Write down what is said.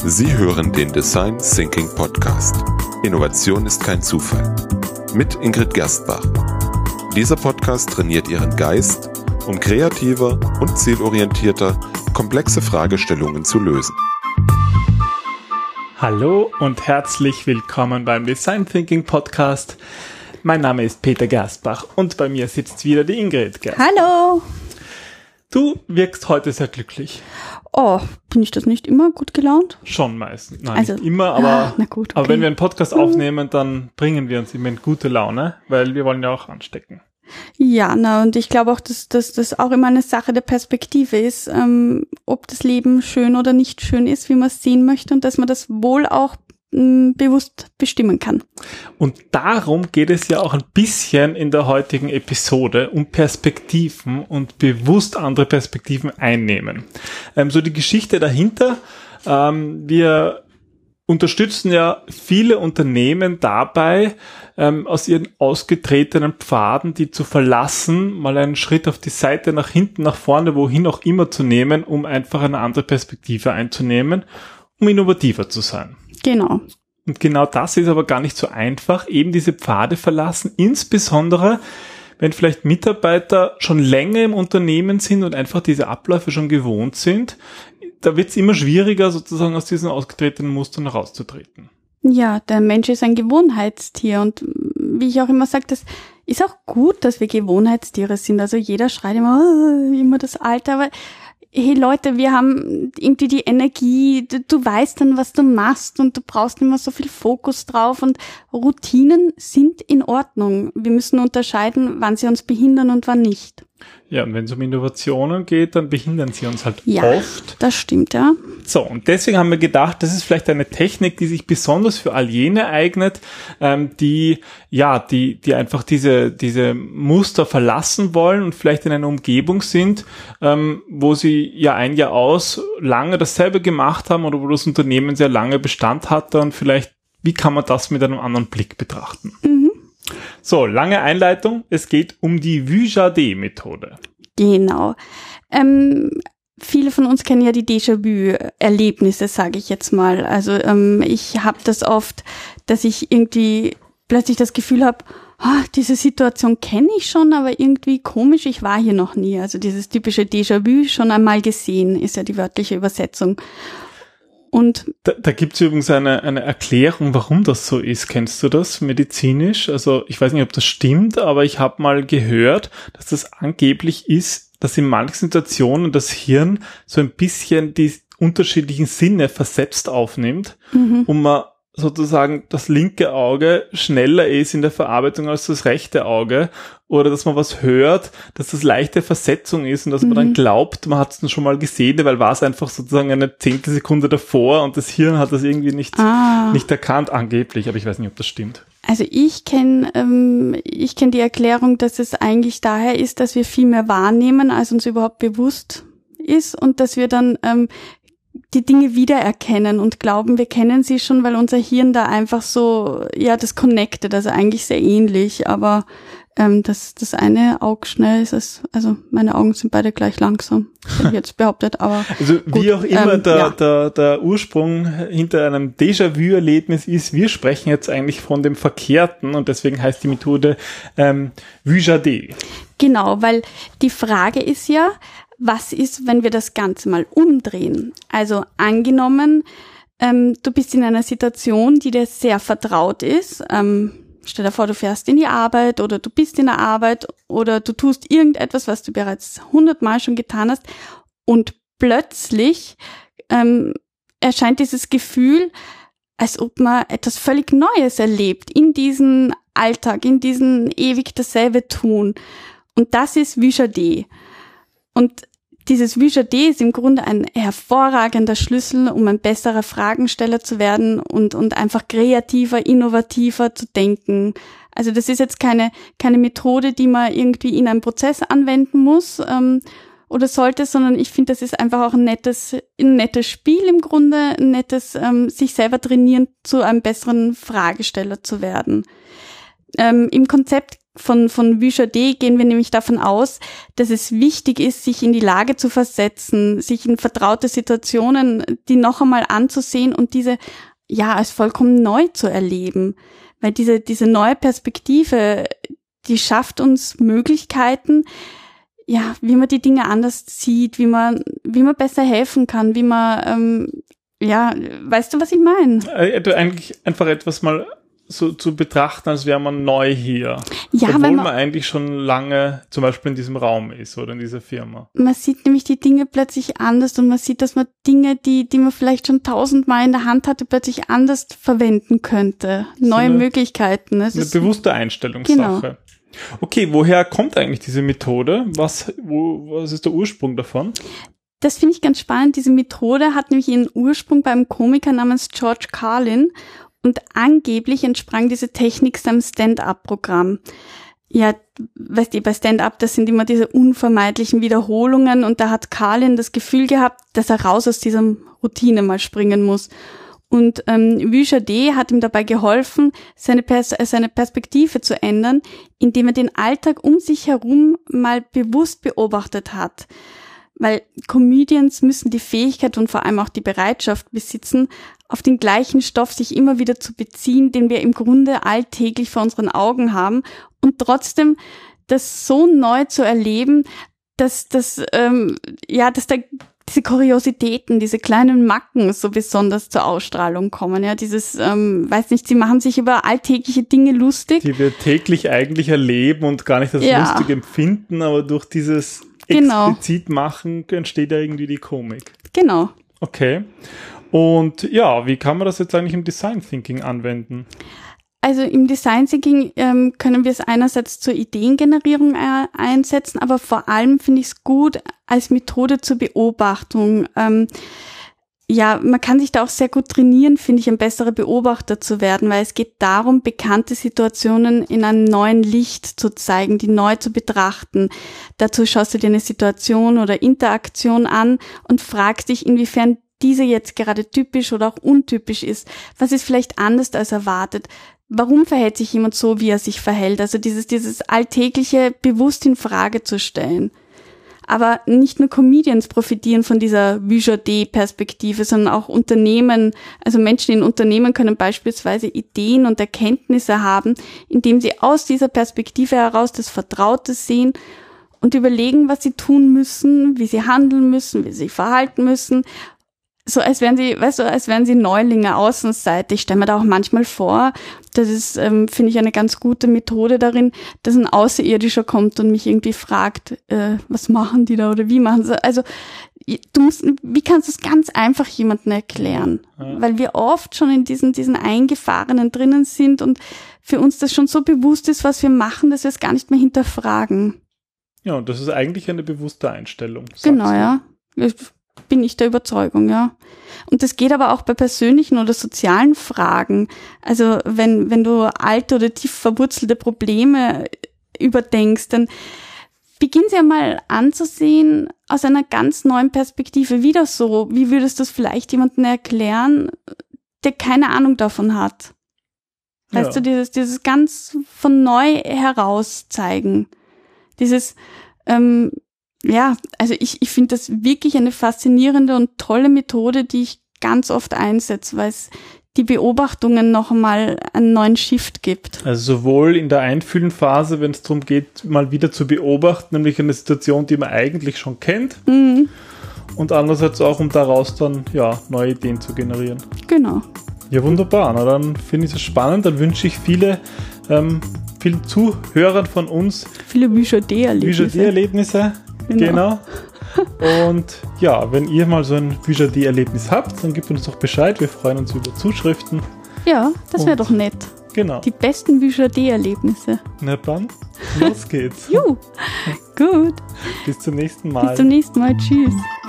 Sie hören den Design Thinking Podcast. Innovation ist kein Zufall. Mit Ingrid Gerstbach. Dieser Podcast trainiert Ihren Geist, um kreativer und zielorientierter komplexe Fragestellungen zu lösen. Hallo und herzlich willkommen beim Design Thinking Podcast. Mein Name ist Peter Gerstbach und bei mir sitzt wieder die Ingrid Gerstbach. Hallo! Du wirkst heute sehr glücklich. Oh, bin ich das nicht immer gut gelaunt? Schon meistens. Nein, also, nicht immer, aber, na gut, okay. Aber wenn wir einen Podcast aufnehmen, dann bringen wir uns immer in gute Laune, weil wir wollen ja auch anstecken. Ja, und ich glaube auch, dass das auch immer eine Sache der Perspektive ist, ob das Leben schön oder nicht schön ist, wie man es sehen möchte und dass man das wohl auch bewusst bestimmen kann. Und darum geht es ja auch ein bisschen in der heutigen Episode, um Perspektiven und bewusst andere Perspektiven einnehmen. So die Geschichte dahinter, wir unterstützen ja viele Unternehmen dabei, aus ihren ausgetretenen Pfaden, die zu verlassen, mal einen Schritt auf die Seite, nach hinten, nach vorne, wohin auch immer zu nehmen, um einfach eine andere Perspektive einzunehmen, um innovativer zu sein. Genau. Und genau das ist aber gar nicht so einfach, eben diese Pfade verlassen, insbesondere wenn vielleicht Mitarbeiter schon länger im Unternehmen sind und einfach diese Abläufe schon gewohnt sind, da wird es immer schwieriger, sozusagen aus diesen ausgetretenen Mustern herauszutreten. Ja, der Mensch ist ein Gewohnheitstier und wie ich auch immer sage, das ist auch gut, dass wir Gewohnheitstiere sind. Also jeder schreit immer das Alte, aber hey Leute, wir haben irgendwie die Energie, du weißt dann, was du machst und du brauchst nicht mehr so viel Fokus drauf und Routinen sind in Ordnung. Wir müssen unterscheiden, wann sie uns behindern und wann nicht. Ja, und wenn es um Innovationen geht, dann behindern sie uns halt ja, oft. Das stimmt, ja. So, und deswegen haben wir gedacht, das ist vielleicht eine Technik, die sich besonders für all jene eignet, die einfach diese Muster verlassen wollen und vielleicht in einer Umgebung sind, wo sie ja ein Jahr aus lange dasselbe gemacht haben oder wo das Unternehmen sehr lange Bestand hatte und vielleicht, wie kann man das mit einem anderen Blick betrachten? So, lange Einleitung. Es geht um die Vujade-Methode. Genau. Viele von uns kennen ja die Déjà-vu-Erlebnisse, sage ich jetzt mal. Also ich habe das oft, dass ich irgendwie plötzlich das Gefühl habe, diese Situation kenne ich schon, aber irgendwie komisch, ich war hier noch nie. Also dieses typische Déjà-vu, schon einmal gesehen, ist ja die wörtliche Übersetzung. Und da gibt es übrigens eine Erklärung, warum das so ist. Kennst du das medizinisch? Also ich weiß nicht, ob das stimmt, aber ich habe mal gehört, dass das angeblich ist, dass in manchen Situationen das Hirn so ein bisschen die unterschiedlichen Sinne versetzt aufnimmt, und man sozusagen das linke Auge schneller ist in der Verarbeitung als das rechte Auge, oder dass man was hört, dass das leichte Versetzung ist und dass man dann glaubt, man hat es dann schon mal gesehen, weil war es einfach sozusagen eine Zehntelsekunde davor und das Hirn hat das irgendwie nicht erkannt, angeblich, aber ich weiß nicht, ob das stimmt. Also ich kenne die Erklärung, dass es eigentlich daher ist, dass wir viel mehr wahrnehmen, als uns überhaupt bewusst ist und dass wir dann die Dinge wiedererkennen und glauben, wir kennen sie schon, weil unser Hirn da einfach so, ja, das connected, also eigentlich sehr ähnlich, aber das eine Auge schnell ist es, also meine Augen sind beide gleich langsam, hätte ich jetzt behauptet, aber also gut, wie auch immer der Ursprung hinter einem Déjà-vu-Erlebnis ist, wir sprechen jetzt eigentlich von dem Verkehrten und deswegen heißt die Methode Vujade. Genau, weil die Frage ist ja, was ist, wenn wir das Ganze mal umdrehen? Also angenommen, du bist in einer Situation, die dir sehr vertraut ist. Stell dir vor, du fährst in die Arbeit oder du bist in der Arbeit oder du tust irgendetwas, was du bereits 100-mal schon getan hast und plötzlich erscheint dieses Gefühl, als ob man etwas völlig Neues erlebt in diesen Alltag, in diesen ewig dasselbe tun. Und das ist Vujade. Und dieses Vujade ist im Grunde ein hervorragender Schlüssel, um ein besserer Fragensteller zu werden und einfach kreativer, innovativer zu denken. Also das ist jetzt keine Methode, die man irgendwie in einem Prozess anwenden muss oder sollte, sondern ich finde, das ist einfach auch ein nettes Spiel im Grunde, ein nettes sich selber trainieren, zu einem besseren Fragesteller zu werden. Im Konzept Von Vuchardé gehen wir nämlich davon aus, dass es wichtig ist, sich in die Lage zu versetzen, sich in vertraute Situationen, die noch einmal anzusehen und diese ja als vollkommen neu zu erleben. Weil diese neue Perspektive, die schafft uns Möglichkeiten, ja, wie man die Dinge anders sieht, wie man besser helfen kann, wie man, weißt du, was ich meine? Eigentlich einfach etwas mal so zu betrachten, als wäre man neu hier. Ja, obwohl man eigentlich schon lange zum Beispiel in diesem Raum ist oder in dieser Firma. Man sieht nämlich die Dinge plötzlich anders und man sieht, dass man Dinge, die man vielleicht schon 1000-mal in der Hand hatte, plötzlich anders verwenden könnte. Neue Möglichkeiten. Es ist eine bewusste Einstellungssache. Genau. Okay, woher kommt eigentlich diese Methode? Was ist der Ursprung davon? Das finde ich ganz spannend. Diese Methode hat nämlich ihren Ursprung beim Komiker namens George Carlin. Und angeblich entsprang diese Technik seinem Stand-up-Programm. Ja, weißt du, bei Stand-up, das sind immer diese unvermeidlichen Wiederholungen und da hat Carlin das Gefühl gehabt, dass er raus aus dieser Routine mal springen muss. Und Vuchardé hat ihm dabei geholfen, seine Perspektive zu ändern, indem er den Alltag um sich herum mal bewusst beobachtet hat. Weil Comedians müssen die Fähigkeit und vor allem auch die Bereitschaft besitzen, auf den gleichen Stoff sich immer wieder zu beziehen, den wir im Grunde alltäglich vor unseren Augen haben und trotzdem das so neu zu erleben, dass da diese Kuriositäten, diese kleinen Macken so besonders zur Ausstrahlung kommen. Ja, dieses, sie machen sich über alltägliche Dinge lustig. Die wir täglich eigentlich erleben und gar nicht als lustig empfinden, aber durch dieses explizit machen entsteht ja irgendwie die Komik. Genau. Okay. Und ja, wie kann man das jetzt eigentlich im Design Thinking anwenden? Also im Design Thinking können wir es einerseits zur Ideengenerierung einsetzen, aber vor allem finde ich es gut als Methode zur Beobachtung. Man kann sich da auch sehr gut trainieren, finde ich, ein besserer Beobachter zu werden, weil es geht darum, bekannte Situationen in einem neuen Licht zu zeigen, die neu zu betrachten. Dazu schaust du dir eine Situation oder Interaktion an und fragst dich, inwiefern diese jetzt gerade typisch oder auch untypisch ist. Was ist vielleicht anders als erwartet? Warum verhält sich jemand so, wie er sich verhält? Also dieses Alltägliche bewusst in Frage zu stellen. Aber nicht nur Comedians profitieren von dieser Vuchardé-Perspektive, sondern auch Unternehmen. Also Menschen in Unternehmen können beispielsweise Ideen und Erkenntnisse haben, indem sie aus dieser Perspektive heraus das Vertraute sehen und überlegen, was sie tun müssen, wie sie handeln müssen, wie sie sich verhalten müssen. So als wären sie Neulinge, Außenseiter. Ich stelle mir da auch manchmal vor, das ist, finde ich, eine ganz gute Methode darin, dass ein Außerirdischer kommt und mich irgendwie fragt, was machen die da oder wie machen sie? Also wie kannst du es ganz einfach jemandem erklären? Ja. Weil wir oft schon in diesen Eingefahrenen drinnen sind und für uns das schon so bewusst ist, was wir machen, dass wir es gar nicht mehr hinterfragen. Ja, und das ist eigentlich eine bewusste Einstellung. Genau, ja. Bin ich der Überzeugung, ja. Und das geht aber auch bei persönlichen oder sozialen Fragen. Also wenn du alte oder tief verwurzelte Probleme überdenkst, dann beginn sie einmal anzusehen aus einer ganz neuen Perspektive. Wieder so, wie würdest du es vielleicht jemandem erklären, der keine Ahnung davon hat? Weißt du, dieses ganz von neu heraus zeigen. Dieses, also ich finde das wirklich eine faszinierende und tolle Methode, die ich ganz oft einsetze, weil es die Beobachtungen noch einmal einen neuen Shift gibt. Also sowohl in der Einfühlenphase, wenn es darum geht, mal wieder zu beobachten, nämlich eine Situation, die man eigentlich schon kennt, und andererseits auch, um daraus dann neue Ideen zu generieren. Genau. Ja, wunderbar. Na, dann finde ich es spannend. Dann wünsche ich vielen Zuhörern von uns viele Vuchardé-Erlebnisse. Genau. Und ja, wenn ihr mal so ein Vuchardé-Erlebnis habt, dann gebt uns doch Bescheid. Wir freuen uns über Zuschriften. Ja, das wäre doch nett. Genau. Die besten Vuchardé-Erlebnisse. Na dann, los geht's. Gut. Bis zum nächsten Mal. Bis zum nächsten Mal. Tschüss.